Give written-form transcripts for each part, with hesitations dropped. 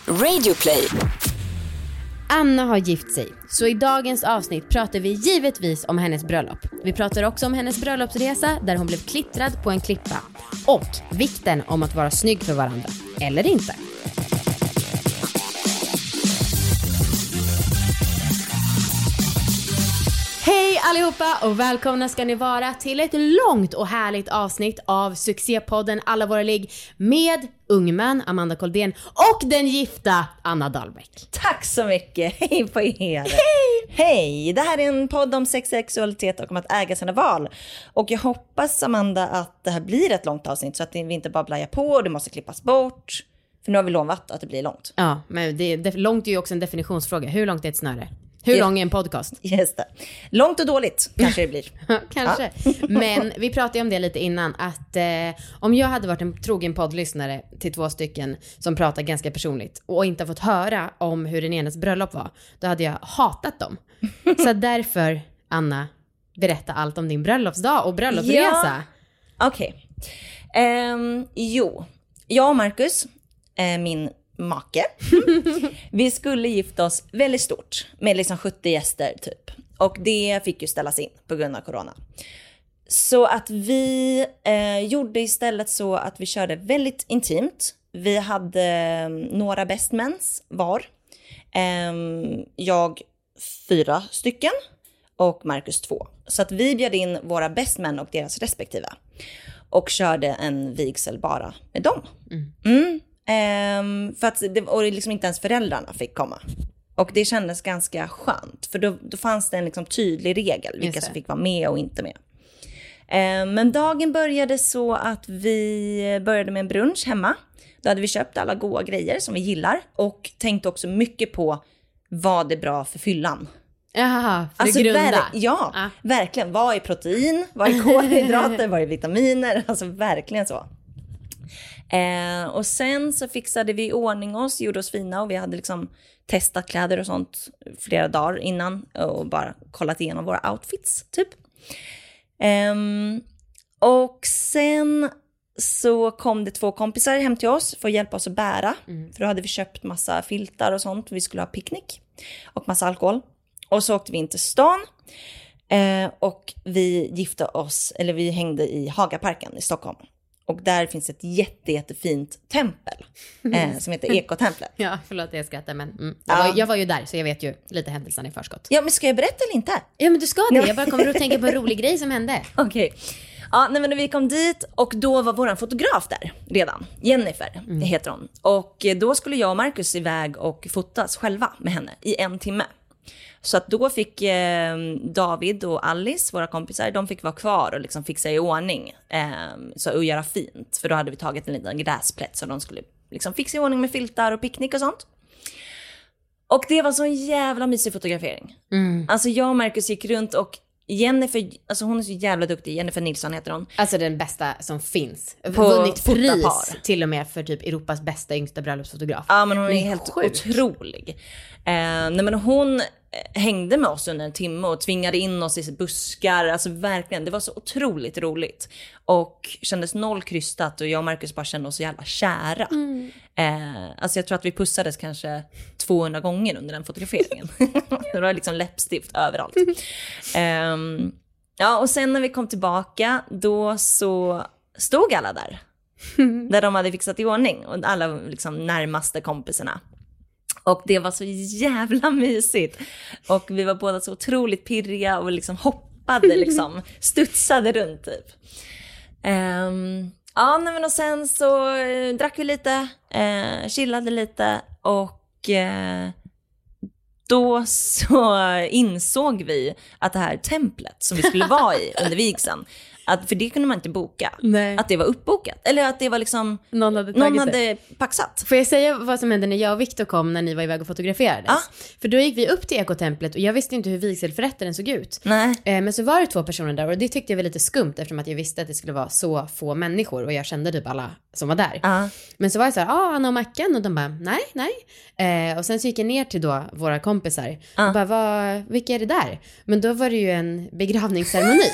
Radioplay. Anna har gift sig, så i dagens avsnitt pratar vi givetvis om hennes bröllop. Vi pratar också om hennes bröllopsresa där hon blev klittrad på en klippa. Och vikten om att vara snygg för varandra, eller inte. Hej allihopa och välkomna ska ni vara till ett långt och härligt avsnitt av succépodden Alla våra ligg med ungmän Amanda Koldén och den gifta Anna Dahlbäck. Tack så mycket, hej på er. Hej! Hej, det här är en podd om sex, sexualitet och om att äga sina val. Och jag hoppas, Amanda, att det här blir ett långt avsnitt så att vi inte bara blajar på och det måste klippas bort. För nu har vi lovat att det blir långt. Ja, men långt är ju också en definitionsfråga. Hur långt är ett snöre? Hur lång är en podcast? Just det. Långt och dåligt kanske det blir. Kanske. Ja. Men vi pratade om det lite innan. Att om jag hade varit en trogen poddlyssnare till 2 stycken som pratar ganska personligt och inte fått höra om hur den enes bröllop var, då hade jag hatat dem. Så därför, Anna, berätta allt om din bröllopsdag och bröllopsresa. Ja. Okej. Jo, jag och Marcus, min make. Vi skulle gifta oss väldigt stort med liksom 70 gäster typ. Och det fick ju ställas in på grund av corona. Så att vi gjorde istället så att vi körde väldigt intimt. Vi hade några bestmens var. Jag 4 stycken och Marcus 2. Så att vi bjöd in våra bestmän och deras respektiva. Och körde en vigsel bara med dem. För att och liksom inte ens föräldrarna fick komma. Och det kändes ganska skönt. För då fanns det en liksom tydlig regel vilka som fick vara med och inte med. Men dagen började så att vi började med en brunch hemma. Då hade vi köpt alla goda grejer som vi gillar. Och tänkte också mycket på vad är bra för fyllan. Jaha, för alltså, grunda. Verkligen. Vad är protein? Vad är kolhydrater? Vad är vitaminer? Alltså verkligen så. Och sen så fixade vi ordning oss, gjorde oss fina och vi hade liksom testat kläder och sånt flera dagar innan och bara kollat igenom våra outfits typ. Och sen så kom det 2 kompisar hem till oss för att hjälpa oss att bära. För då hade vi köpt massa filtar och sånt. Vi skulle ha picknick och massa alkohol. Och så åkte vi in till stan och vi gifte oss, eller vi hängde i Hagaparken i Stockholm. Och där finns ett jättefint tempel som heter Ekotemplet. Ja, förlåt jag skrattar men jag var ju där så jag vet ju lite händelsen i förskott. Ja, men ska jag berätta eller inte? Ja, men du ska det. Jag bara kommer att tänka på en rolig grej som hände. Okej. Ja, nej, men vi kom dit och då var våran fotograf där redan. Jennifer heter hon. Och då skulle jag och Marcus iväg och fotas själva med henne i 1 timme. Så att då fick David och Alice, våra kompisar, de fick vara kvar och liksom fixa i ordning och göra fint. För då hade vi tagit en liten gräsplätt så de skulle liksom fixa i ordning med filtar och picknick och sånt. Och det var så en jävla mysig fotografering. Alltså jag och Marcus gick runt och Jennifer, alltså hon är så jävla duktig. Jennifer Nilsson heter hon. Alltså den bästa som finns. På vunnit pris fotapar. Till och med för typ Europas bästa yngsta bröllopsfotograf. Ja, men hon är helt otrolig. Nej, men hon hängde med oss under 1 timme och tvingade in oss i buskar. Alltså verkligen, det var så otroligt roligt. Och kändes noll krystat och jag och Marcus bara kände oss så jävla kära. Alltså jag tror att vi pussades kanske 200 gånger under den fotograferingen. Det var liksom läppstift överallt. Ja, och sen när vi kom tillbaka då så stod alla där. Där de hade fixat i ordning och alla liksom närmaste kompisarna. Och det var så jävla mysigt. Och vi var båda så otroligt pirriga och liksom hoppade liksom, studsade runt typ. Ja, men och sen så drack vi lite, chillade lite och då så insåg vi att det här templet som vi skulle vara i under vigseln, att för det kunde man inte boka. Nej. Att det var uppbokat. Eller att det var liksom någon hade paxat. Får jag säga vad som hände när jag och Victor kom när ni var iväg och fotograferades? Ja. För då gick vi upp till Ekotemplet och jag visste inte hur vigselförrättaren såg ut. Nej. Men så var det 2 personer där och det tyckte jag var lite skumt eftersom att jag visste att det skulle vara så få människor och jag kände typ alla som var där. Men så var det så här, Anna och Mackan och de bara, nej. Och sen så gick jag ner till då våra kompisar och bara, vilka är det där? Men då var det ju en begravningsceremoni.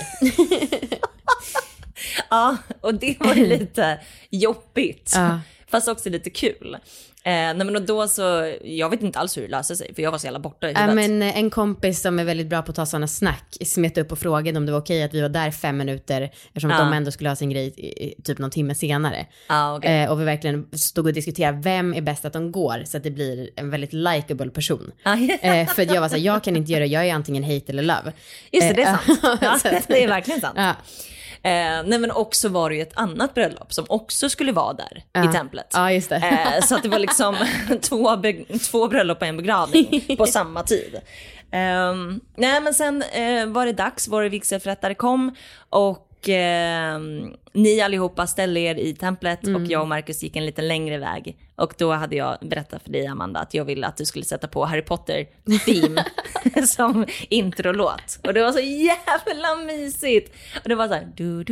Ja, och det var lite jobbigt. Fast också lite kul. Nej men då så, jag vet inte alls hur det löser sig, för jag var så jävla borta i huvudet. Men en kompis som är väldigt bra på att ta sådana snack smet upp och frågade om det var okej att vi var där 5 minuter, eftersom att de ändå skulle ha sin grej i typ någon timme senare. Okay. Och vi verkligen stod och diskuterade vem är bäst att de går, så att det blir en väldigt likable person. För jag var så här, jag kan inte göra det, jag är antingen hate eller love. Just det är sant. Ja, det är verkligen sant. Ja. Nej men också var det ju ett annat bröllop som också skulle vara där i templet. Ja, just det. Så att det var liksom två bröllop och en begravning på samma tid. Nej men sen var det dags, vår vigselförrättare kom och ni allihopa ställde er i templet och jag och Marcus gick en lite längre väg. Och då hade jag berättat för dig, Amanda, att jag ville att du skulle sätta på Harry Potter-theme som introlåt. Och det var så jävla mysigt. Och det var så här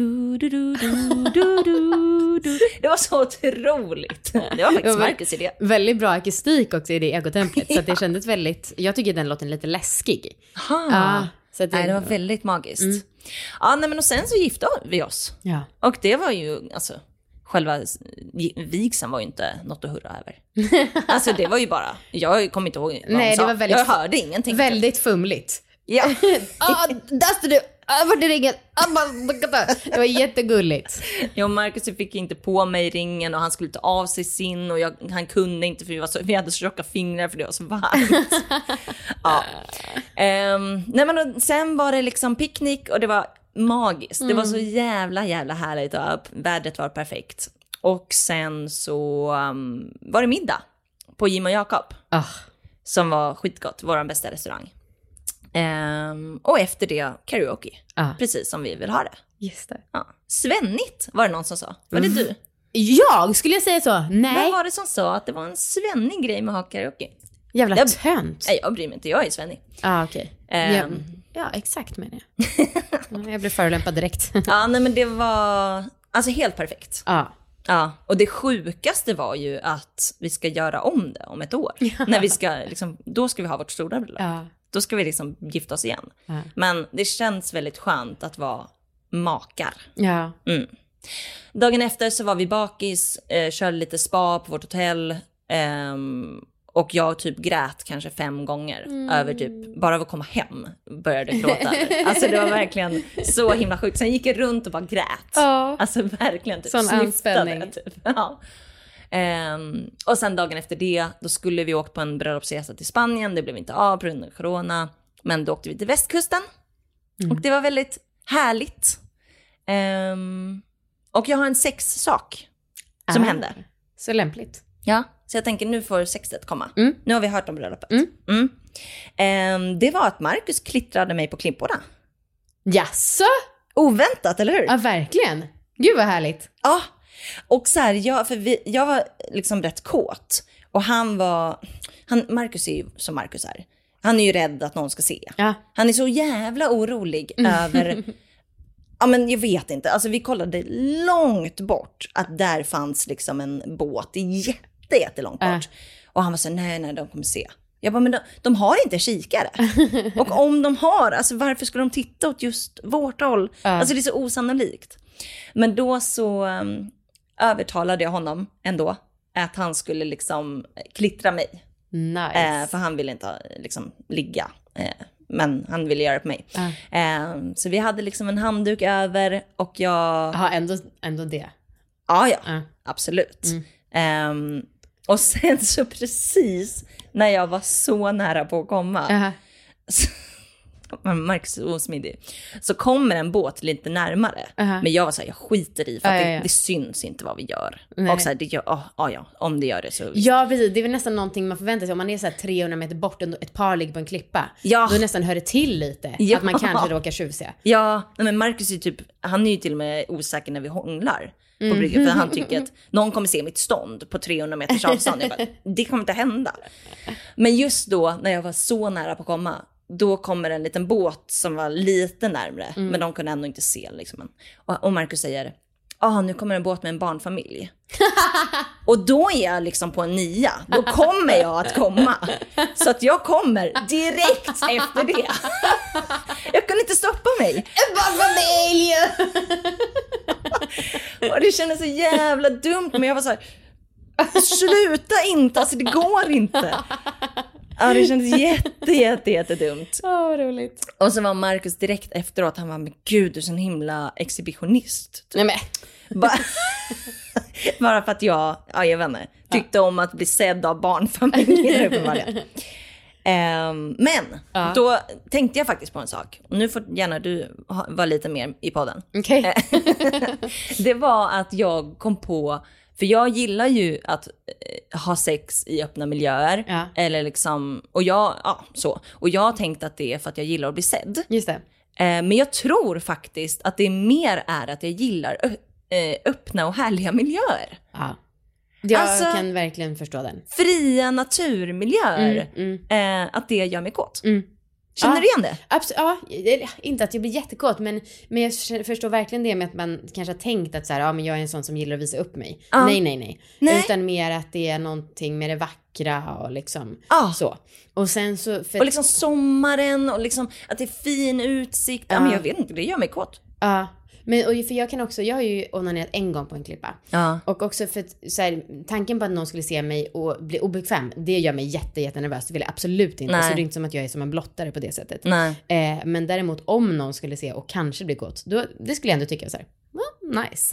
du. Det var så otroligt. Det var faktiskt Marcus idé. Väldigt bra akustik också i det egotemplet. Så att det kändes väldigt, jag tycker den låten lite läskig. Så att det var väldigt magiskt. Ja, nej, men och sen så gifte vi oss. Ja. Och det var ju, alltså, själva vigseln var ju inte något att hurra över. Alltså det var ju bara, jag kommer inte ihåg vad hon sa. Det var väldigt, jag hörde ingenting. Väldigt fumligt. Ja. Där står du. Var det ringen? Det var jättegulligt. Jag och Marcus fick inte på mig ringen och han skulle ta av sig sin och han kunde inte för vi hade så tjocka fingrar för det var så varmt. Ja. Nej men sen var det liksom picknick och det var magiskt. Det var så jävla härligt och vädret var perfekt. Och sen så var det middag på Jim och Jakob. Som var skitgott, vår bästa restaurang. Och efter det karaoke. Precis som vi vill ha det. Just det. Svennigt var det någon som sa. Var det du? Jag skulle jag säga så. Nej. Vem var det som sa att det var en svennig grej med att ha karaoke? Jävla tönt. Nej, jag bryr mig inte. Jag är svennig. Okej. Ja, exakt menar jag. Jag blev förolämpad direkt. Nej men det var alltså helt perfekt. Ja, och det sjukaste var ju att vi ska göra om det om ett år. När vi ska liksom, då ska vi ha vårt stora bröllop. Då ska vi liksom gifta oss igen. Men det känns väldigt skönt att vara makar. Dagen efter så var vi bakis, körde lite spa på vårt hotell. Och jag typ grät kanske 5 gånger över typ, bara av att komma hem började gråta. Alltså det var verkligen så himla sjukt. Sen gick jag runt och bara grät. Alltså verkligen typ sån anspänning. Typ. Och sen dagen efter det, då skulle vi åka på en bröllopsresa till Spanien. Det blev inte av på grund av corona. Men då åkte vi till västkusten. Och det var väldigt härligt. Och jag har en sexsak som hände. Så lämpligt. Ja, så jag tänker nu får sexet komma. Nu har vi hört om bröllopet. Det var att Marcus klittrade mig på klipporna. Jaså? Oväntat, eller hur? Ja, verkligen. Gud vad härligt. Ja, och så här, jag var liksom rätt kåt. Och Marcus är ju som Marcus är. Han är ju rädd att någon ska se. Han är så jävla orolig över... Ja, men jag vet inte. Alltså vi kollade långt bort att där fanns liksom en båt jättelångt bort. Och han var så nej, de kommer se. Jag bara, men de har inte kikare. Och om de har, alltså varför skulle de titta åt just vårt håll? Alltså det är så osannolikt. Men då så övertalade jag honom ändå att han skulle liksom klittra mig. Nice. För han ville inte liksom ligga. Men han ville göra det på mig. Så vi hade liksom en handduk över och jag... Ja, ändå det. Ja, absolut. Och sen så precis när jag var så nära på att komma... Marcus är osmidig. Så kommer en båt lite närmare. Men jag var så här, jag skiter i för att det syns inte vad vi gör. Nej. Och så här, det gör, om det gör det så... Ja, precis. Det är väl nästan någonting man förväntar sig. Om man är så här 300 meter bort och ett par ligger på en klippa. Då nästan hör det till lite. Att man kanske råkar tjusa. Ja, men Marcus är typ... Han är ju till och med osäker när vi hånglar på bryggan. För han tycker att någon kommer se mitt stånd på 300 meters avstånd. Jag bara, det kommer inte hända. Men just då, när jag var så nära på att komma... Då kommer en liten båt som var lite närmare. Men de kunde ändå inte se liksom. Och Marcus säger, nu kommer en båt med en barnfamilj. Och då är jag liksom på en 9. Då kommer jag att komma. Så att jag kommer direkt efter det. Jag kunde inte stoppa mig. En barnfamilj! Och det kändes så jävla dumt. Men jag var så här, Sluta inte, alltså det går inte. Ja, det kändes jättedumt. Vad roligt. Och så var Marcus direkt efteråt, han var, men gud, du är sån himla exhibitionist. Nej men. Bara för att jag vet inte, tyckte om att bli sedd av barnfamiljer uppenbarligen. Men då tänkte jag faktiskt på en sak. Och nu får gärna du vara lite mer i podden. Okej. Det var att jag kom på, för jag gillar ju att ha sex i öppna miljöer. Ja. Eller liksom, och jag tänkte att det är för att jag gillar att bli sedd. Just det. Men jag tror faktiskt att det mer är att jag gillar öppna och härliga miljöer. Ja. Jag kan verkligen förstå den. Fria naturmiljöer. Att det gör mig kåt. Känner du igen det? Absolut. Inte att jag blir jättekåt, men jag förstår verkligen det med att man kanske har tänkt att så här, men jag är en sån som gillar att visa upp mig. Nej. Utan mer att det är någonting med det vackra och liksom så. Och sen så... Och liksom sommaren och liksom att det är fin utsikt. Men jag vet inte, det gör mig kåt. Men för jag har ju onanerat en gång på en klippa. Och också för att, så här, tanken på att någon skulle se mig och bli obekväm, det gör mig jättenervös. Det vill jag absolut inte. Så det är inte som att jag är som en blottare på det sättet. Men däremot om någon skulle se och kanske bli kåt, då det skulle jag ändå tycka så här, nice.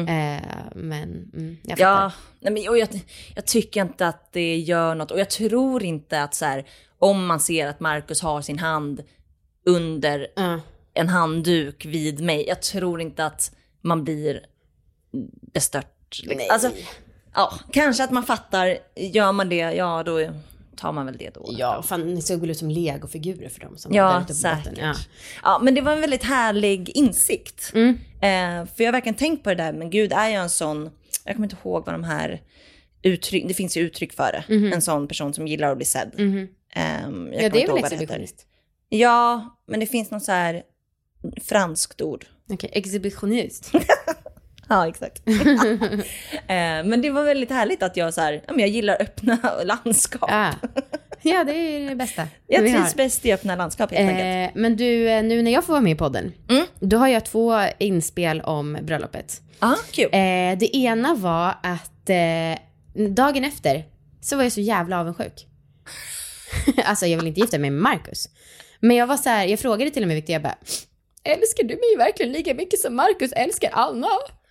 Jag fattar. Och jag tycker inte att det gör något. Och jag tror inte att så här, om man ser att Marcus har sin hand under en handduk vid mig, jag tror inte att man blir bestört. Alltså, kanske att man fattar, gör man det, då tar man väl det då. Ja, fan, ni såg väl ut som legofigurer för dem som var där säkert. Ja, men det var en väldigt härlig insikt. För jag har verkligen tänkt på det där, men gud, är jag en sån, jag kommer inte ihåg vad de här uttryck, det finns ju uttryck för det. En sån person som gillar att bli sedd. Det är väl exhibitionist. Ja, men det finns något så här franskt ord. Okej, exhibitionist. Ja, exakt. Men det var väldigt härligt att jag så här, jag gillar öppna landskap. Ja, det är det bästa. Jag trivs bäst i öppna landskap helt enkelt. Men du, nu när jag får vara med i podden, då har jag 2 inspel om bröllopet. Kul. Det ena var att dagen efter så var jag så jävla avundsjuk. Alltså jag vill inte gifta mig med Marcus. Men jag var så här, jag frågade till och med Victor, jag bara, älskar du mig verkligen lika mycket som Marcus älskar Anna?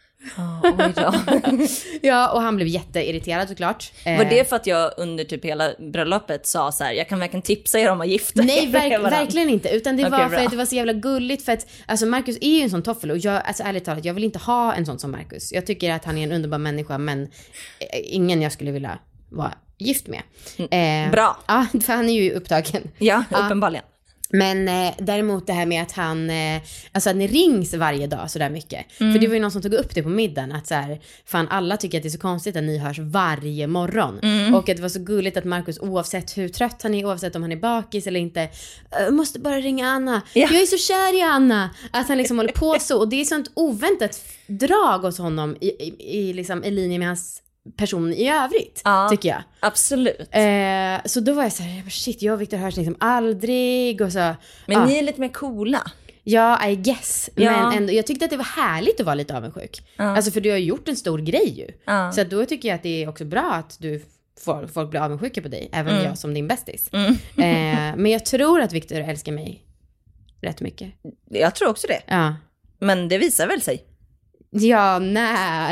Ja, och han blev jätteirriterad såklart. Var det för att jag under typ hela bröllopet sa så här, jag kan verkligen tipsa er om att gifta? Nej, verkligen inte. Utan det var för att det var så jävla gulligt. För att alltså Marcus är ju en sån toffel. Och jag, alltså ärligt talat, jag vill inte ha en sån som Marcus. Jag tycker att han är en underbar människa, men ingen jag skulle vilja vara gift med. Bra. Ja, för han är ju upptagen. Ja, uppenbarligen. Men däremot det här med att han alltså att ni rings varje dag så där mycket. För det var ju någon som tog upp det på middagen, att så här, fan alla tycker att det är så konstigt att ni hörs varje morgon. Och att det var så gulligt att Marcus, oavsett hur trött han är, oavsett om han är bakis eller inte, måste bara ringa Anna. Jag är så kär i Anna. Att han liksom håller på så. Och det är sånt oväntat drag hos honom i liksom i linje med hans person i övrigt, tycker jag. Absolut. Så då var jag så här, shit, jag och Victor hörs liksom aldrig och så. Men ni är lite mer coola. Ja, I guess. Men ändå, jag tyckte att det var härligt att vara lite avundsjuk. Alltså för du har gjort en stor grej ju. Så då tycker jag att det är också bra att du folk blir avundsjuka på dig, även jag som din bästis. Men jag tror att Victor älskar mig rätt mycket. Jag tror också det. Ja. Men det visar väl sig. Ja, när.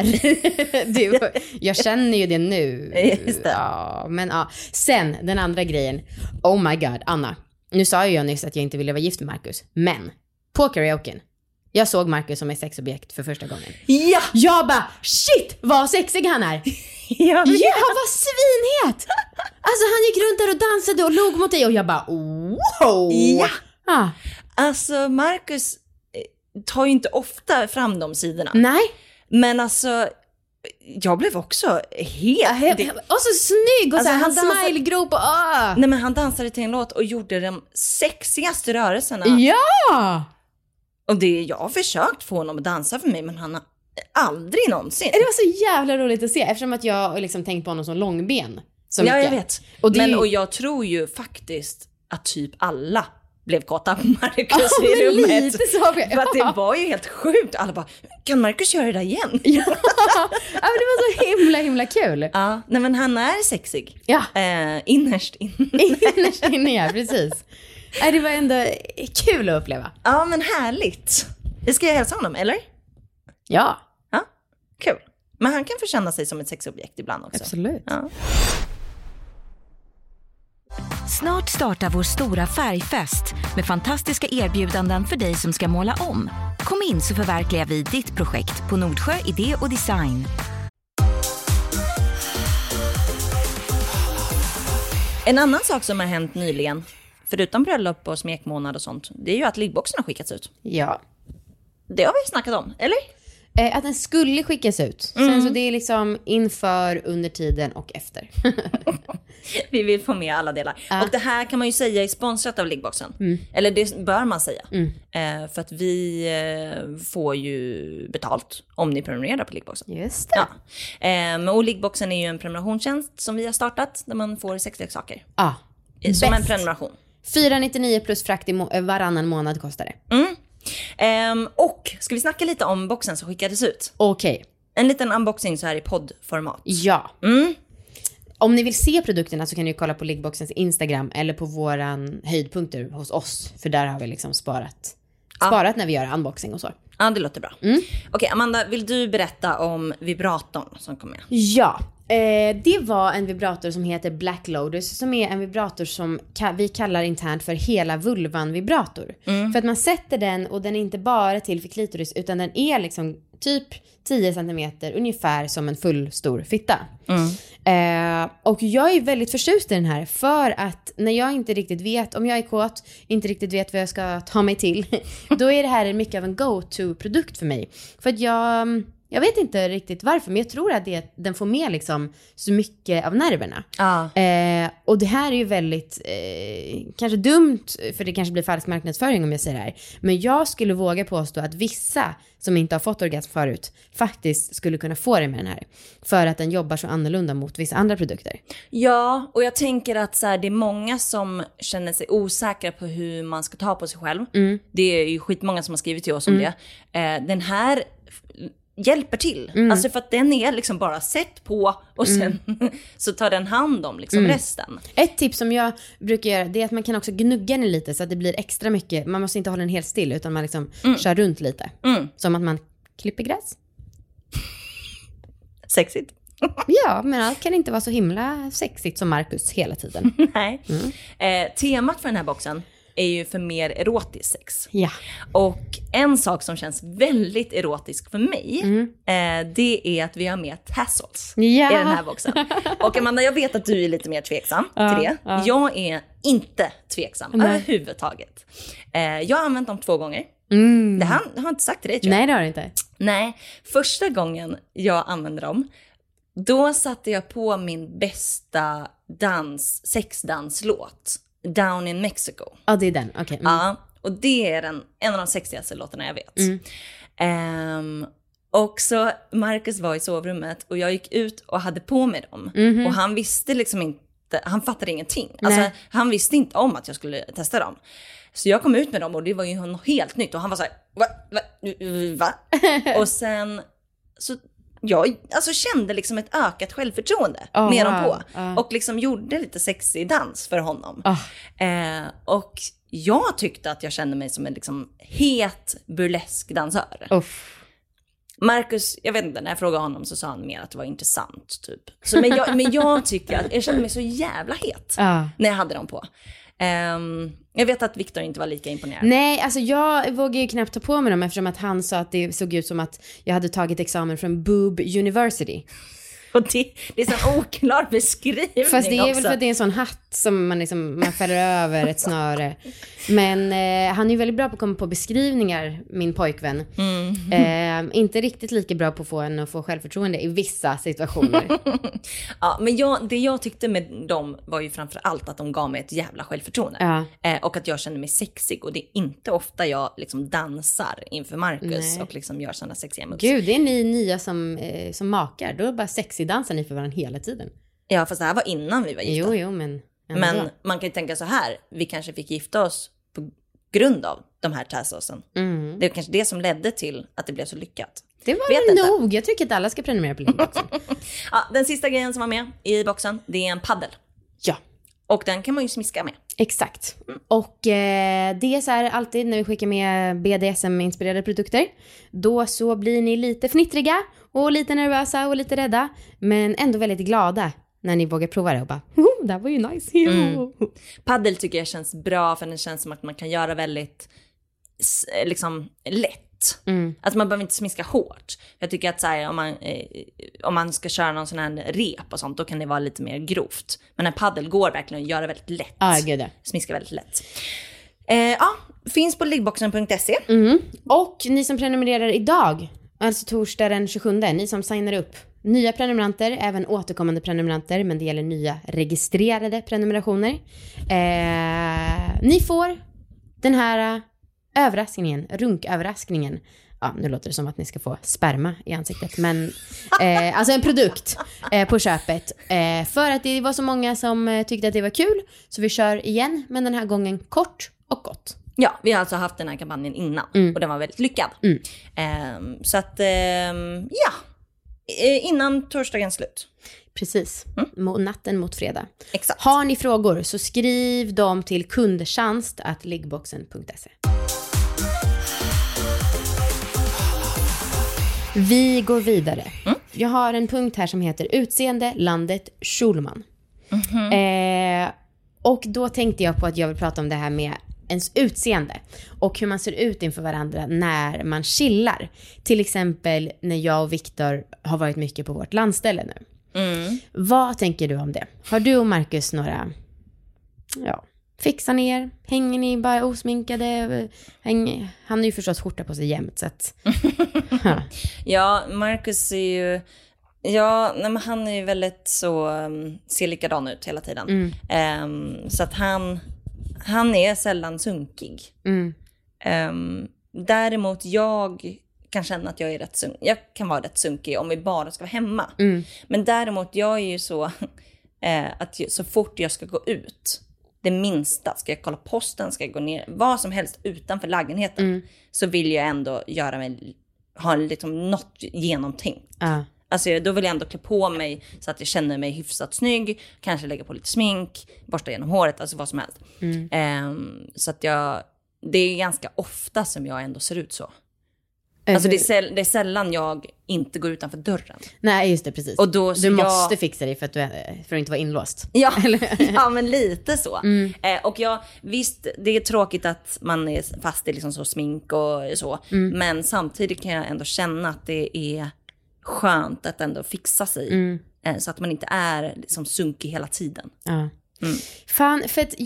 Jag känner ju det nu. Just det. Ja, men ja. Sen, den andra grejen. Oh my god, Anna. Nu sa ju jag nyss att jag inte ville vara gift med Marcus. Men, på karaoken. Jag såg Marcus som ett sexobjekt för första gången. Ja! Jag bara, shit, vad sexig han är. Ja, han var svinhet. Alltså han gick runt där och dansade och låg mot dig. Och jag bara, wow. Ja. Alltså Marcus tar ju inte ofta fram de sidorna. Nej. Men alltså, jag blev också helt... Och så snygg och alltså, så här, han smilegrop och... Nej, men han dansade till en låt och gjorde de sexigaste rörelserna. Ja! Och jag har försökt få honom att dansa för mig, men han har aldrig någonsin. Det var så jävla roligt att se, eftersom att jag liksom tänkt på honom som långben. Ja, jag vet. Och jag tror ju faktiskt att typ alla blev kåta på Marcus i rummet. Lite så. För att det var ju helt sjukt. Alla bara, kan Marcus göra det där igen? Ja, men det var så himla kul. Ja, nej men han är sexig. Ja. Innerst inne. Innerst inne, ja, precis. Det var ändå kul att uppleva. Ja, men härligt. Det ska jag hälsa honom, eller? Ja. Ja, kul. Men han kan få känna sig som ett sexobjekt ibland också. Absolut. Ja. Snart startar vår stora färgfest med fantastiska erbjudanden för dig som ska måla om. Kom in så förverkligar vi ditt projekt på Nordsjö Idé och Design. En annan sak som har hänt nyligen, förutom bröllop och smekmånad och sånt, det är ju att liggboxen har skickats ut. Ja. Det har vi snackat om, eller? Att den skulle skickas ut. Sen så det är liksom inför, under tiden och efter. Vi vill få med alla delar. Och det här kan man ju säga är sponsrat av liggboxen. Eller det bör man säga. För att vi får ju betalt om ni prenumererar på liggboxen. Just det. Ja. Och liggboxen är ju en prenumerationstjänst som vi har startat. Där man får 6 leksaker. Ja. Som en prenumeration. 499 plus frakt varannan månad kostar det. Och ska vi snacka lite om boxen som skickades ut? Okej. En liten unboxing så här i poddformat. Ja. Om ni vill se produkterna så kan ni kolla på liggboxens Instagram eller på våran höjdpunkter hos oss. För där har vi liksom sparat när vi gör unboxing och så. Ja, det låter bra. Okej, Amanda, vill du berätta om vibratorn som kom med? Ja, det var en vibrator som heter Black Lotus, som är en vibrator som vi kallar internt för hela vulvan vibrator. För att man sätter den och den är inte bara till för klitoris utan den är liksom typ 10 centimeter ungefär som en full stor fitta. Och jag är väldigt förtjust i den här för att när jag inte riktigt vet, om jag är kåt, inte riktigt vet vad jag ska ta mig till, då är det här mycket av en go-to-produkt för mig. För att jag vet inte riktigt varför, men jag tror att den får med liksom så mycket av nerverna. Och det här är ju väldigt kanske dumt, för det kanske blir falsk marknadsföring om jag säger det här. Men jag skulle våga påstå att vissa som inte har fått orgasm förut faktiskt skulle kunna få det med den här. För att den jobbar så annorlunda mot vissa andra produkter. Ja, och jag tänker att så här, det är många som känner sig osäkra på hur man ska ta på sig själv. Det är ju skitmånga som har skrivit till oss om det. Den här hjälper till. Alltså för att den är liksom bara sett på och sen så tar den hand om liksom resten. Ett tips som jag brukar göra, det är att man kan också gnugga den lite så att det blir extra mycket. Man måste inte hålla den helt still utan man liksom kör runt lite. Som att man klipper gräs. Sexigt. Ja, men allt kan inte vara så himla sexigt som Marcus hela tiden. Nej. Temat för den här boxen är ju för mer erotisk sex. Ja. Och en sak som känns väldigt erotisk för mig, det är att vi har med tassels i den här boxen. Och Amanda, jag vet att du är lite mer tveksam till det. Jag är inte tveksam överhuvudtaget. Jag har använt dem 2 gånger. Det har jag inte sagt till dig, tror jag. Nej, det har du inte. Nej, första gången jag använde dem, då satte jag på min bästa sexdanslåt. Down in Mexico. Ja, det är den. Okay. Ja, och det är en av de sexigaste låtarna jag vet. Och så Marcus var i sovrummet och jag gick ut och hade på mig dem. Och han visste liksom inte, han fattade ingenting. Alltså, han visste inte om att jag skulle testa dem. Så jag kom ut med dem och det var ju något helt nytt. Och han var så här, va? Och sen så jag kände liksom ett ökat självförtroende med dem på. Och liksom gjorde lite sexig dans för honom. Och jag tyckte att jag kände mig som en liksom het burlesk dansör. Marcus, jag vet inte, när jag frågade honom så sa han mer att det var intressant typ. Så, men jag tycker att jag kände mig så jävla het när jag hade dem på. Jag vet att Victor inte var lika imponerad. Nej, alltså jag vågar ju knappt ta på mig dem eftersom att han sa att det såg ut som att jag hade tagit examen från Boob University. Och det är en sån oklar beskrivning. Fast det är också. väl för att det är en sån hatt som man fäller över ett snöre. Men han är ju väldigt bra på att komma på beskrivningar, min pojkvän. Inte riktigt lika bra på att få självförtroende i vissa situationer. Ja, men det jag tyckte med dem var ju framför allt att de gav mig ett jävla självförtroende. Och att jag kände mig sexig. Och det är inte ofta jag liksom dansar inför Marcus och liksom gör sådana sexiga moves. Gud, det är ni nya som makar. Då är bara dansar ni för varandra hela tiden. Ja, fast det här var innan vi var gifta. Jo, men man kan ju tänka så här. Vi kanske fick gifta oss på grund av de här tassåsen. Det är kanske det som ledde till att det blev så lyckat. Det var väl nog. Jag tycker att alla ska prenumerera på liggboxen. Ja, den sista grejen som var med i boxen, det är en paddel. Ja. Och den kan man ju smiska med. Exakt. Och det är så här alltid när vi skickar med BDSM-inspirerade produkter. Då så blir ni lite fnittriga och lite nervösa och lite rädda. Men ändå väldigt glada när ni vågar prova det och bara, det här var ju nice. Paddel tycker jag känns bra för den känns som att man kan göra väldigt liksom lätt. Alltså man behöver inte smiska hårt. Jag tycker att så här, om man ska köra någon sån här rep och sånt, då kan det vara lite mer grovt. Men en paddel går verkligen att göra väldigt lätt. Smiska väldigt lätt. Finns på liggboxen.se. Och ni som prenumererar idag, alltså torsdag den 27, ni som signar upp, nya prenumeranter, även återkommande prenumeranter, men det gäller nya registrerade prenumerationer. Ni får den här överraskningen, runköverraskningen. Ja, nu låter det som att ni ska få sperma i ansiktet, men alltså en produkt på köpet. För att det var så många som tyckte att det var kul, så vi kör igen, men den här gången kort och gott. Ja, vi har alltså haft den här kampanjen innan och den var väldigt lyckad. Så att, innan torsdagens slut. Precis, natten mot fredag. Exakt. Har ni frågor så skriv dem till kundtjänst@liggboxen.se. Vi går vidare. Jag har en punkt här som heter utseende, landet, Schulman. Och då tänkte jag på att jag vill prata om det här med ens utseende och hur man ser ut inför varandra när man chillar. Till exempel när jag och Viktor har varit mycket på vårt landställe nu. Vad tänker du om det? Har du och Marcus några fixar ner? Hänger ni bara osminkade? Han är ju förstås skjorta på sig jämt så att... Ja, Marcus är ju... Ja, nej, men han är ju väldigt så... ser likadan ut hela tiden. Så att han är sällan sunkig. Däremot jag kan känna att jag är jag kan vara rätt sunkig om vi bara ska vara hemma. Men däremot jag är ju så att så fort jag ska gå ut, det minsta, ska jag kolla posten, ska jag gå ner, vad som helst utanför lägenheten, så vill jag ändå ha liksom något genomtänkt. Alltså då vill jag ändå klä på mig så att jag känner mig hyfsat snygg. Kanske lägga på lite smink, borsta genom håret, alltså vad som helst. Så att det är ganska ofta som jag ändå ser ut så. Alltså det är sällan jag inte går utanför dörren. Nej, just det, precis. Och då, du måste fixa dig för att inte vara inlåst. Ja, ja men lite så. Och visst, det är tråkigt att man är fast i liksom så smink och så. Men samtidigt kan jag ändå känna att det är skönt att ändå fixa sig. Så att man inte är liksom sunkig hela tiden. Ja. Fan, för att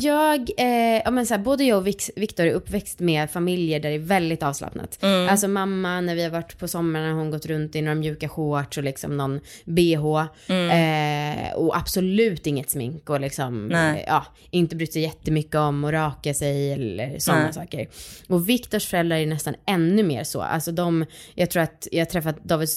både jag och Viktor är uppväxt med familjer där det är väldigt avslappnat. Alltså mamma, när vi har varit på sommaren, hon gått runt i några mjuka shorts och liksom någon BH och absolut inget smink och liksom inte brytt sig jättemycket om att raka sig eller sådana saker. Och Viktors föräldrar är nästan ännu mer så. Alltså jag tror att jag träffat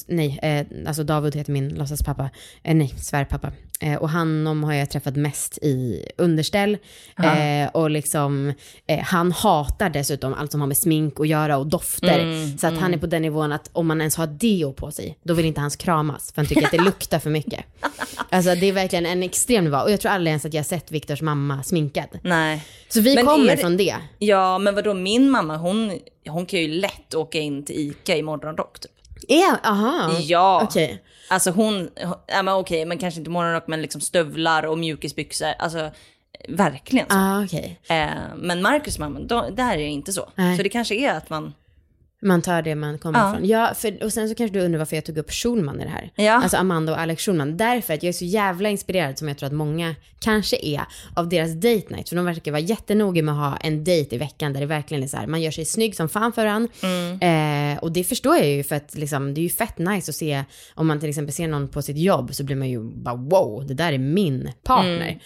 David heter min låtsaspappa, svärpappa. Och honom har jag träffat mest i underställ. Och liksom han hatar dessutom allt som har med smink att göra och dofter. Så att han är på den nivån att om man ens har deo på sig, då vill inte hans kramas, för han tycker att det luktar för mycket. Alltså det är verkligen en extrem nivå. Och jag tror aldrig ens att jag har sett Viktors mamma sminkad. Nej. Så vi kommer från det. Ja, men vadå, min mamma hon kan ju lätt åka in till Ica i morgonrock typ. Aha. Ja. Okej. Alltså men kanske inte morgonrock, men liksom stövlar och mjukisbyxor. Alltså verkligen så. Okay. Men Marcus mamma, där är det inte så. Så det kanske är att man tar det man kommer från. Ja, och sen så kanske du undrar varför jag tog upp Schulman i det här. Ja. Alltså Amanda och Alex Schulman. Därför att jag är så jävla inspirerad, som jag tror att många kanske är, av deras date night. För de verkar vara jättenoga med att ha en date i veckan där det verkligen är så här, man gör sig snygg som fan för han. Och det förstår jag ju, för att liksom, det är ju fett nice att se, om man till exempel ser någon på sitt jobb, så blir man ju bara wow, det där är min partner.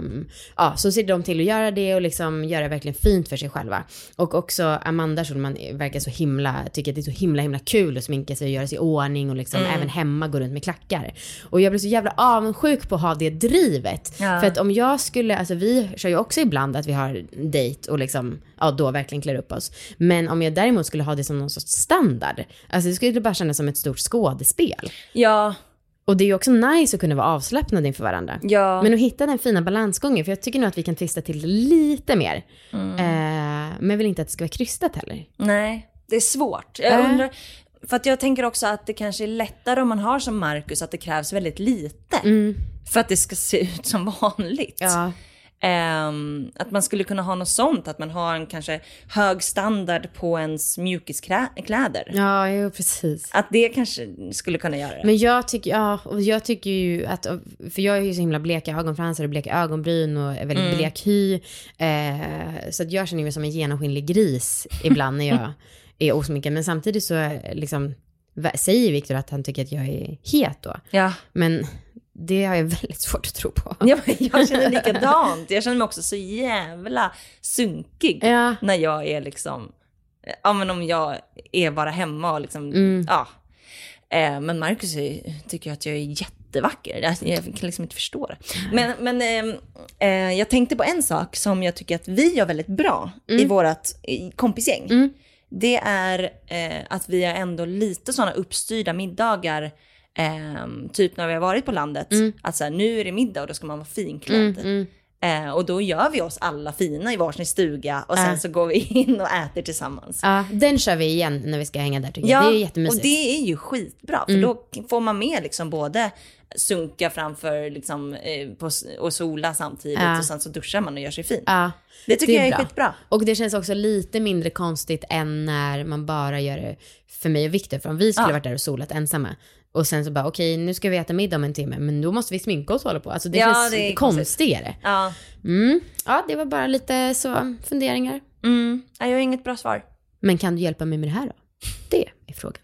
Så ser de till att göra det och liksom göra verkligen fint för sig själva. Och också Amanda Schulman verkar så tycker att det är så himla kul att sminka sig och göra sig i ordning och liksom även hemma gå runt med klackar. Och jag blir så jävla avundsjuk på att ha det drivet. För att om jag skulle, alltså vi kör ju också ibland att vi har dejt och liksom, då verkligen klär upp oss. Men om jag däremot skulle ha det som någon sorts standard, alltså det skulle bara kännas som ett stort skådespel. Ja. Och det är ju också nice att kunna vara avslappnad inför varandra. Ja. Men att hitta den fina balansgången. För jag tycker nog att vi kan twista till lite mer. Men jag vill inte att det ska vara krystat heller. Nej, det är svårt. Jag undrar, för att jag tänker också att det kanske är lättare om man har som Marcus att det krävs väldigt lite. För att det ska se ut som vanligt. Ja. Att man skulle kunna ha något sånt. Att man har en kanske hög standard på ens mjukiskläder. Ja, jo, precis. Att det kanske skulle kunna göra det. Men jag tycker ju att, för jag är ju så himla bleka ögonfransar och bleka ögonbryn och är väldigt blek hy. Så att jag känner mig som en genomskinlig gris ibland när jag är osminkad. Men samtidigt så liksom säger Victor att han tycker att jag är het då. Ja. Men det har jag väldigt svårt att tro på. Ja, jag känner likadant. Jag känner mig också så jävla sunkig när jag är liksom, men om jag är bara hemma och liksom, men Marcus tycker att jag är jättevacker. Jag kan liksom inte förstå det. Men jag tänkte på en sak som jag tycker att vi gör väldigt bra i vårat kompisgäng. Det är att vi har ändå lite sådana uppstyrda middagar. Typ när vi har varit på landet. Att så här, nu är det middag och då ska man vara finklädd. Och då gör vi oss alla fina i varsin stuga. Och sen så går vi in och äter tillsammans. Den kör vi igen när vi ska hänga där tycker jag. Det är jättemysigt. Och det är ju skitbra. För då får man med liksom både sunka framför liksom, och sola samtidigt. Och sen så duschar man och gör sig fin. Det tycker jag är skitbra. Och det känns också lite mindre konstigt än när man bara gör det för mig och Victor. För om vi skulle varit där och solat ensamma. Och sen så bara, okej, nu ska vi äta middag om en timme. Men då måste vi sminka oss och hålla på. Alltså det känns det konstigare. Ja. Ja, det var bara lite så funderingar. Jag har inget bra svar. Men kan du hjälpa mig med det här då? Det är frågan.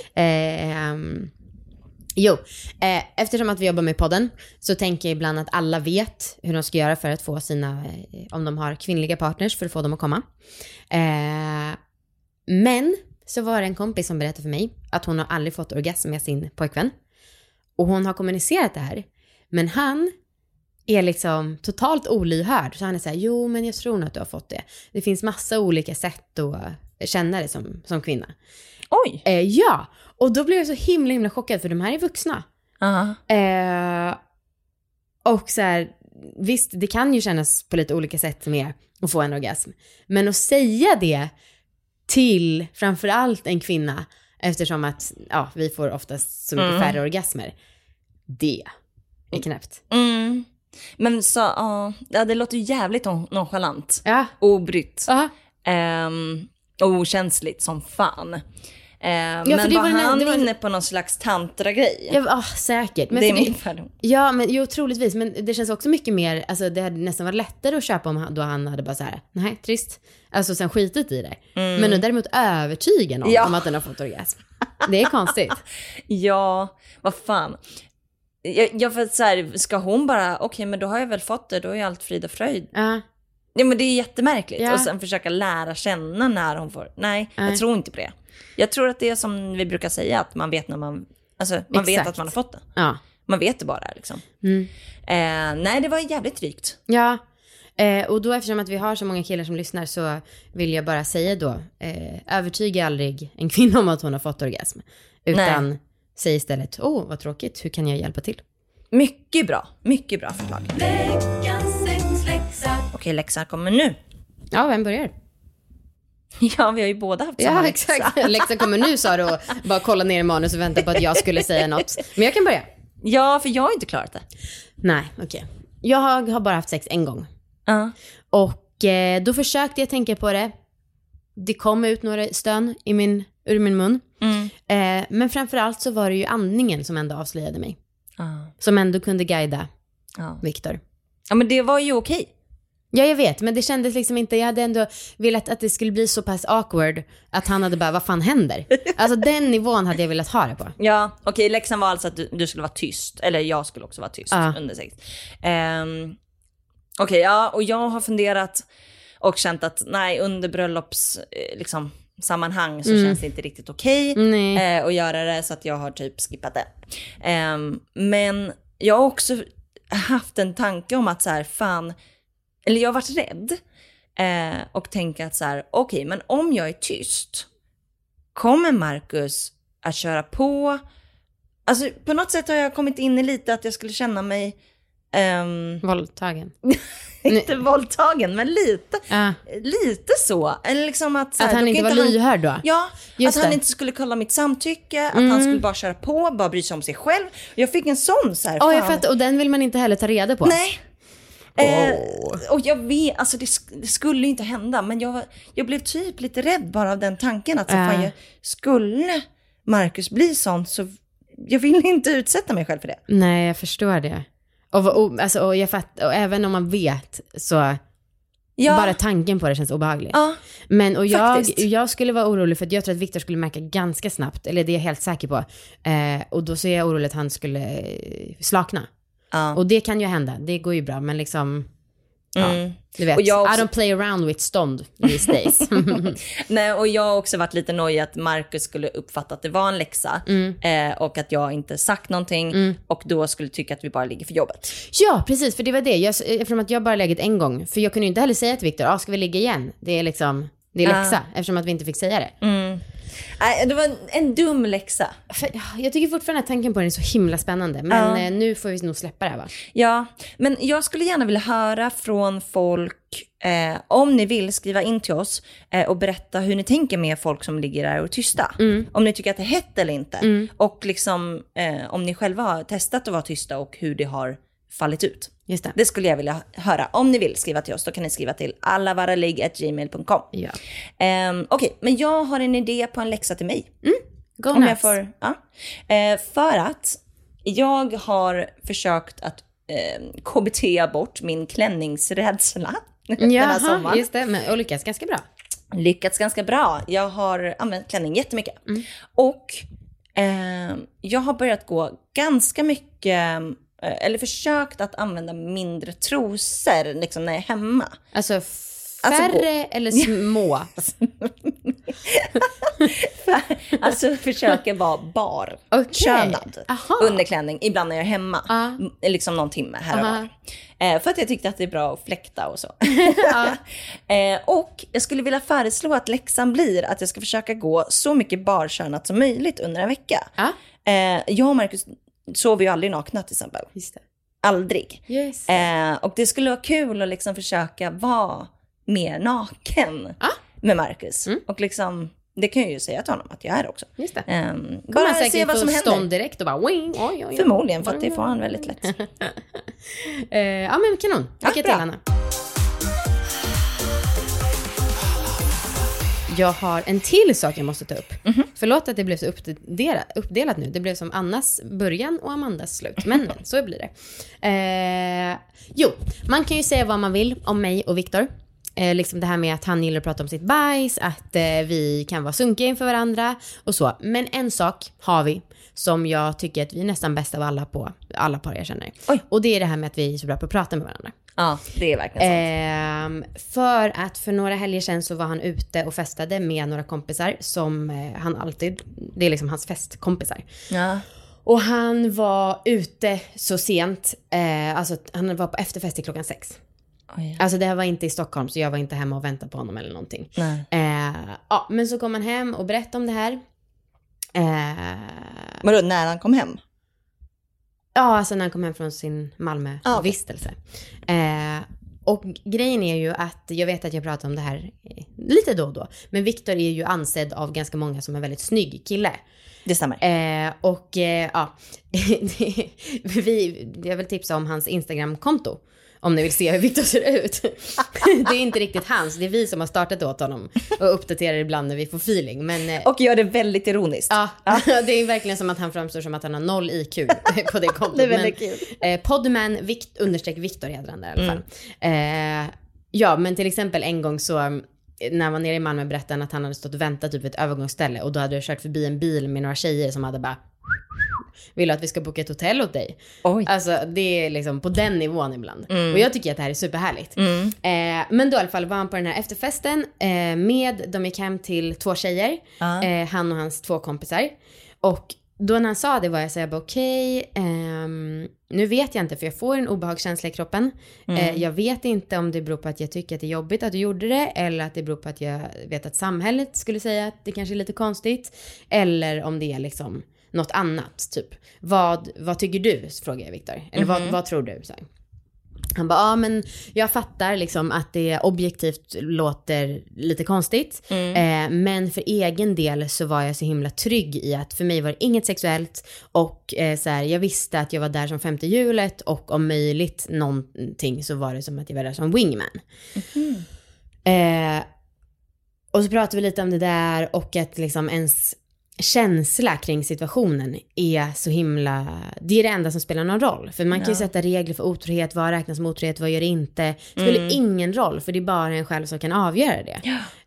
Eftersom att vi jobbar med podden så tänker jag ibland att alla vet hur de ska göra för att få sina, om de har kvinnliga partners, för att få dem att komma. Men så var det en kompis som berättade för mig att hon har aldrig fått orgasm med sin pojkvän. Och hon har kommunicerat det här. Men han är liksom totalt olyhörd. Så han är så här, jo men jag tror nog att du har fått det. Det finns massa olika sätt att känna det som kvinna. Oj! Ja, och då blev jag så himla chockad för de här är vuxna. Och så här, visst det kan ju kännas på lite olika sätt med att få en orgasm. Men att säga det till framförallt en kvinna, eftersom att vi får oftast så mycket färre orgasmer. Det är knäppt. Men så, det låter jävligt nonchalant. Ja. Obrytt. Och okänsligt som fan. Men var han inne på någon slags tantra-grej? Ja, säkert. Men det är min färdom. Ja, men jo, troligtvis. Men det känns också mycket mer, alltså det hade nästan varit lättare att köpa om då han hade bara så här, nej, trist. Alltså sen skitit i det. Men nu däremot övertygen om att den har fått orgasm. Det är konstigt. Ja, vad fan. Jag för så här, ska hon bara, okej, men då har jag väl fått det, då är allt frid och fröjd. Ja, men det är jättemärkligt. Och sen försöka lära känna när hon får. Nej, jag tror inte på det. Jag tror att det är som vi brukar säga, att man vet när man, alltså man vet att man har fått det. Ja. Man vet det bara liksom. Nej, det var jävligt drygt. Ja, och då eftersom att vi har så många killar som lyssnar så vill jag bara säga då, övertyga aldrig en kvinna om att hon har fått orgasm. Utan säg istället, vad tråkigt, hur kan jag hjälpa till? Mycket bra förslag. Okej, läxan kommer nu. Ja, vem börjar? Ja, vi har ju båda haft samma läxa. Exakt. Läxan kommer nu, sa du, och bara kolla ner i manus och vänta på att jag skulle säga något. Men jag kan börja. Ja, för jag har inte klarat det. Nej, okej. Jag har bara haft sex en gång. Och då försökte jag tänka på det. Det kom ut några stön ur min mun. Men framförallt så var det ju andningen som ändå avslöjade mig. Som ändå kunde guida Victor. Ja, men det var ju okej. Ja, jag vet, men det kändes liksom inte, jag hade ändå velat att det skulle bli så pass awkward att han hade bara, vad fan händer? Alltså den nivån hade jag velat ha det på. Ja, okej, läxan var alltså att du skulle vara tyst, eller jag skulle också vara tyst under sex. Okej, och jag har funderat och känt att nej, under bröllops liksom, sammanhang så känns det inte riktigt okej att göra det, så att jag har typ skippat det. Men jag har också haft en tanke om att så här, eller jag har varit rädd och tänkt att så här, okej, men om jag är tyst, kommer Marcus att köra på? Alltså på något sätt har jag kommit in i lite att jag skulle känna mig våldtagen. Inte våldtagen, men lite så. Eller liksom att han inte var lyhörd då? Ja, just att han det. inte skulle kolla mitt samtycke, att han skulle bara köra på, bara bry sig om sig själv. Jag fick en sån så här. Jag fattar, och den vill man inte heller ta reda på. Nej. Och jag vet, alltså det skulle inte hända, men jag blev typ lite rädd bara av den tanken att skulle Marcus bli sån, så jag vill inte utsätta mig själv för det. Nej, jag förstår det. Och jag fattar, och även om man vet så bara tanken på det känns obehaglig. Ja, men jag skulle vara orolig för att jag tror att Victor skulle märka ganska snabbt, eller det är jag helt säker på. Och då så är jag orolig att han skulle slakna. Och det kan ju hända, det går ju bra, men liksom du vet, I don't play around with stånd these days. Nej, och jag har också varit lite nöjd att Marcus skulle uppfatta att det var en läxa och att jag inte sagt någonting och då skulle tycka att vi bara ligger för jobbet. Ja, precis, för det var det. Eftersom att jag bara läget en gång, för jag kunde ju inte heller säga till Victor, ska vi ligga igen? Det är liksom, det är läxa, eftersom att vi inte fick säga det. Nej, det var en dum läxa. Jag tycker fortfarande att tanken på den är så himla spännande. Men nu får vi nog släppa det här, va? Ja, men jag skulle gärna vilja höra från folk, om ni vill skriva in till oss och berätta hur ni tänker med folk som ligger där och tysta. Om ni tycker att det är hett eller inte. Och liksom om ni själva har testat att vara tysta och hur det har fallit ut. Just det. Det skulle jag vilja höra. Om ni vill skriva till oss, då kan ni skriva till allavaraligg@gmail.com. Ja. Okej, men jag har en idé på en läxa till mig. Go om nuts. jag får, för att jag har försökt att KBT bort min klänningsrädsla den här sommaren. Just det, och lyckats ganska bra. Lyckats ganska bra. Jag har använt klänning jättemycket. Och jag har börjat gå ganska mycket, eller försökt att använda mindre trosor liksom när jag är hemma. Alltså färre eller små? Alltså försöker vara bar, könad, underklänning, ibland när jag är hemma, liksom någon timme här och var. För att jag tyckte att det är bra att fläkta och så. Och jag skulle vilja föreslå att läxan blir att jag ska försöka gå så mycket barkönat som möjligt under en vecka. Jag och Marcus sover ju aldrig nakna till exempel. Just det. Aldrig. Yes. Och det skulle vara kul att liksom försöka vara mer naken med Marcus. Och liksom, det kan jag ju säga till honom att jag är också. Just det. Bara se vad som händer. Stånd direkt och bara wing, oj. Förmodligen, för att det får han väldigt lätt. Ja, men kanon. Lycka till, Anna. Jag har en till sak jag måste ta upp. Förlåt att det blev så uppdelat nu. Det blev som Annas början och Amandas slut. Men så blir det. Jo, man kan ju säga vad man vill om mig och Victor. Liksom det här med att han gillar att prata om sitt bajs, att vi kan vara sunkiga inför varandra och så. Men en sak har vi som jag tycker att vi är nästan bäst av alla par jag känner. Oj. Och det är det här med att vi är så bra på att prata med varandra. Ja, det är verkligen sant. För att för några helger sedan så var han ute och festade med några kompisar som han alltid, det är liksom hans festkompisar. Ja. Och han var ute så sent, alltså han var på efterfest till 6:00. Oj. Alltså det här var inte i Stockholm, så jag var inte hemma och väntade på honom eller någonting. Ja, men så kom han hem och berättade om det här. Men då när han kom hem? Ja, alltså när han kom hem från sin Malmö-vistelse. Och grejen är ju att jag vet att jag pratar om det här lite då och då. Men Victor är ju ansedd av ganska många som en väldigt snygg kille. Det stämmer. Ja, jag vill tipsa om hans Instagram-konto. Om ni vill se hur Victor ser ut. Det är inte riktigt hans. Det är vi som har startat åt honom. Och uppdaterar ibland när vi får feeling. Men, och gör det väldigt ironiskt. Ja, det är verkligen som att han framstår som att han har 0 IQ på det kontot. Det är väldigt kul. Podman _Victor heter han där i alla fall. Ja, men till exempel en gång så när han var nere i Malmö berättade han att han hade stått och väntat typ vid ett övergångsställe. Och då hade jag kört förbi en bil med några tjejer som hade bara vill du att vi ska boka ett hotell åt dig? Oj. Alltså det är liksom på den nivån ibland. Och jag tycker att det här är superhärligt. Men då i alla fall var han på den här efterfesten de gick hem till 2 tjejer, han och hans 2 kompisar. Och då när han sa det var jag så här, okej, nu vet jag inte, för jag får en obehagskänsla i kroppen. Jag vet inte om det beror på att jag tycker att det är jobbigt att du gjorde det, eller att det beror på att jag vet att samhället skulle säga att det kanske är lite konstigt, eller om det är liksom något annat, typ. Vad tycker du? Frågar jag Viktor. Eller vad tror du? Så här. Han bara, men jag fattar liksom att det objektivt låter lite konstigt. Men för egen del så var jag så himla trygg i att för mig var det inget sexuellt. Och så här, jag visste att jag var där som 5:e hjulet. Och om möjligt någonting så var det som att jag var där som wingman. Och så pratade vi lite om det där. Och att liksom ens känsla kring situationen är så himla, det är det enda som spelar någon roll, för man kan ju sätta regler för otrohet, vad räknas som otrohet, vad gör det inte, det spelar ingen roll, för det är bara en själv som kan avgöra det.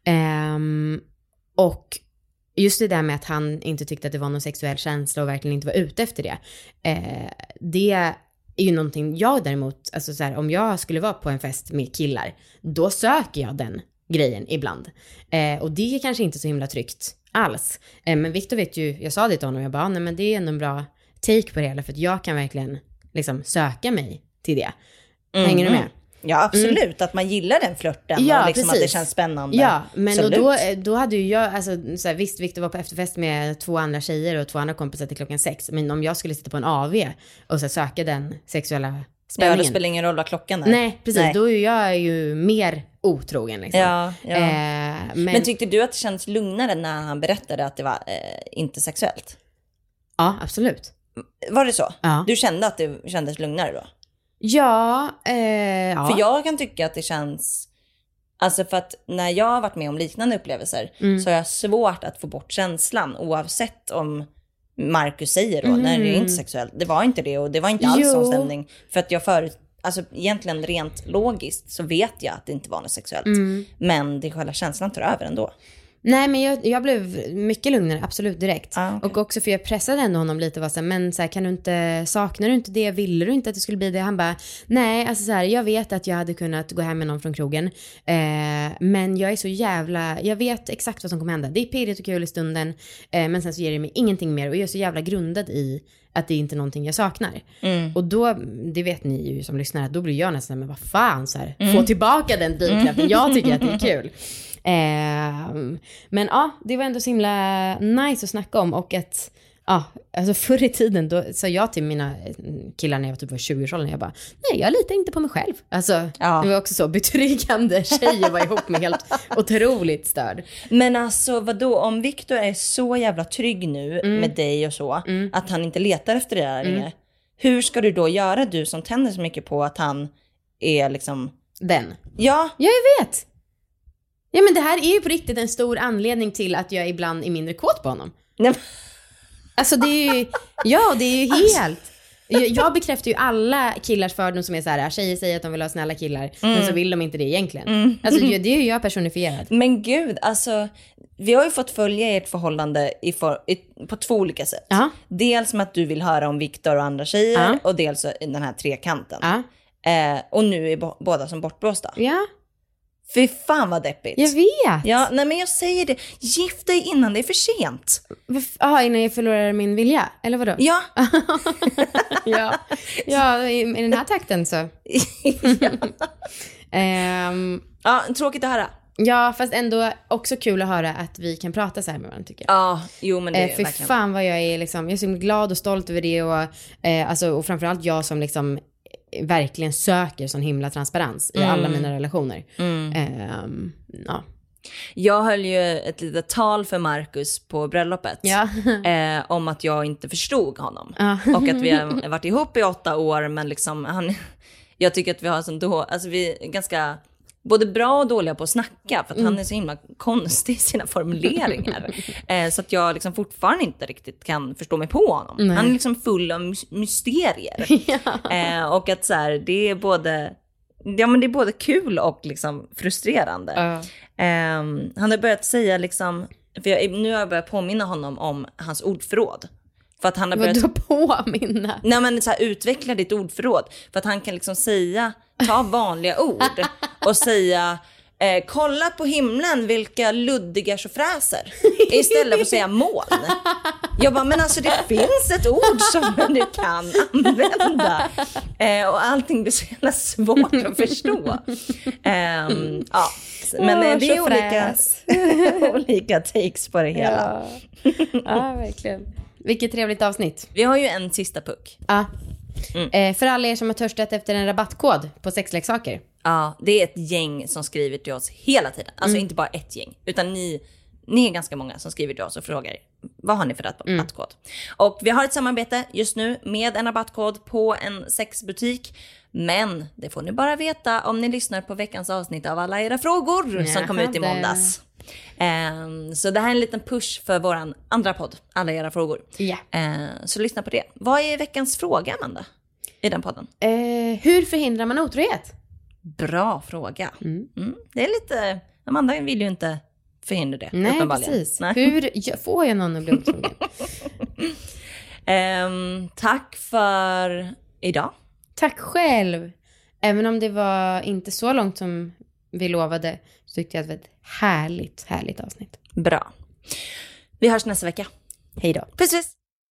Och just det där med att han inte tyckte att det var någon sexuell känsla och verkligen inte var ute efter det, det är ju någonting jag däremot, alltså så här, om jag skulle vara på en fest med killar, då söker jag den grejen ibland, och det är kanske inte så himla tryggt alls. Men Viktor vet ju, jag sa det till honom, jag bara, nej men det är ändå en bra take på det hela, för att jag kan verkligen liksom söka mig till det. Hänger du med? Ja, absolut. Att man gillar den flirten, ja, och liksom precis. att det känns spännande. Ja, men absolut. och då hade ju jag, alltså så här, visst, Viktor var på efterfest med 2 andra tjejer och 2 andra kompisar till 6:00, men om jag skulle sitta på en AV och så söka den sexuella spänningen. Ja, det spelar ingen roll vad klockan är. Nej, precis. Nej. Då är jag ju mer otrogen liksom. Ja. Men tyckte du att det kändes lugnare när han berättade att det var inte sexuellt? Ja, absolut. Var det så? Ja. Du kände att det kändes lugnare då? Ja. För jag kan tycka att det känns, alltså för att när jag har varit med om liknande upplevelser så har jag svårt att få bort känslan, oavsett om Marcus säger då, när det är inte sexuellt. Det var inte det, och det var inte alls sån stämning. För att jag alltså egentligen rent logiskt så vet jag att det inte var något sexuellt. Men det själva känslan tar över ändå. Nej, men jag blev mycket lugnare, absolut, direkt. Okay. Och också för jag pressade ändå honom lite, var så här, men så här, saknar du inte det, ville du inte att det skulle bli det? Han bara, nej, alltså så här, jag vet att jag hade kunnat gå hem med någon från krogen, men jag är så jävla, jag vet exakt vad som kommer hända. Det är pirrigt och kul i stunden, men sen så ger det mig ingenting mer, och jag är så jävla grundad i att det är inte någonting jag saknar. Och då, det vet ni ju som lyssnar, att då blir jag nästan, men vad fan, så här, få tillbaka den drivkraften. Jag tycker att det är kul. Men ja, det var ändå så himla nice att snacka om. Och att, ja, alltså förr i tiden då sa jag till mina killar när jag typ var 20-årsåldern, jag bara, nej, jag litar inte på mig själv. Alltså, det var också så betryggande tjejer var ihop med, helt otroligt störd. Men alltså, vadå, om Viktor är så jävla trygg nu med dig och så, att han inte letar efter det där längre, hur ska du då göra, du som tänder så mycket på att han är liksom den? Ja, jag vet. Ja, men det här är ju på riktigt en stor anledning till att jag ibland är mindre kåt på honom. Nej. Alltså det är ju, ja, det är ju helt. Jag bekräftar ju alla killars fördom som är så här, tjejer säger att de vill ha snälla killar, men så vill de inte det egentligen. Alltså det är ju jag personifierat. Men gud, alltså vi har ju fått följa ert förhållande på 2 olika sätt. Dels med att du vill höra om Viktor och andra tjejer, och dels den här trekanten. Och nu är båda som bortblåsta. Ja. Fy fan vad deppigt. Jag vet. Ja, nej men jag säger det. Gift dig innan det är för sent. Innan jag förlorar min vilja? Eller vadå? Ja. ja, i den här takten så. Ja, tråkigt att höra. Ja, fast ändå också kul att höra att vi kan prata så här med varandra, tycker jag. Ja, jo men det är för verkligen. Fan vad jag är liksom, jag är så glad och stolt över det, och alltså, och framförallt jag som liksom verkligen söker sån himla transparens i alla mina relationer. Ja. Jag höll ju ett litet tal för Marcus på bröllopet om att jag inte förstod honom. Och att vi har varit ihop i 8 år, men liksom jag tycker att vi har sån då, alltså vi är ganska både bra och dåliga på att snacka, för att han är så himla konstig i sina formuleringar. Så att jag liksom fortfarande inte riktigt kan förstå mig på honom. Nej. Han är liksom full av mysterier. Och att så här, det är både kul och liksom frustrerande. Han har börjat säga liksom, för nu har jag börjat påminna honom om hans ordförråd. För att han har börjat påminna. Nej, men så här, utveckla ditt ordförråd. För att han kan liksom ta vanliga ord och säga kolla på himlen vilka luddiga tjofräser. Istället för att säga moln. Jag bara, men alltså det finns ett ord som du kan använda. Och allting blir så jävla svårt att förstå. Ja. Men det är olika takes på det hela. Ja, verkligen. Vilket trevligt avsnitt. Vi har ju en sista puck. Ja. För alla er som har törstat efter en rabattkod på sexleksaker. Ja, det är ett gäng som skriver till oss hela tiden. Alltså inte bara ett gäng, utan ni är ganska många som skriver till oss och frågar vad har ni för rabattkod. Och vi har ett samarbete just nu med en rabattkod på en sexbutik. Men det får ni bara veta om ni lyssnar på veckans avsnitt av Alla era frågor som kom ut i måndags. Så det här är en liten push för våran andra podd, Alla era frågor. Så lyssna på det. Vad är veckans fråga, Amanda, i den podden? Hur förhindrar man otrohet? Bra fråga. Det är lite... Amanda vill ju inte förhindra det. Nej, precis. Nej. Hur får jag någon att bli otrogen? Tack för idag. Tack själv. Även om det var inte så långt som vi lovade, så tyckte jag att det var ett härligt avsnitt. Bra. Vi hörs nästa vecka. Hej då. Precis.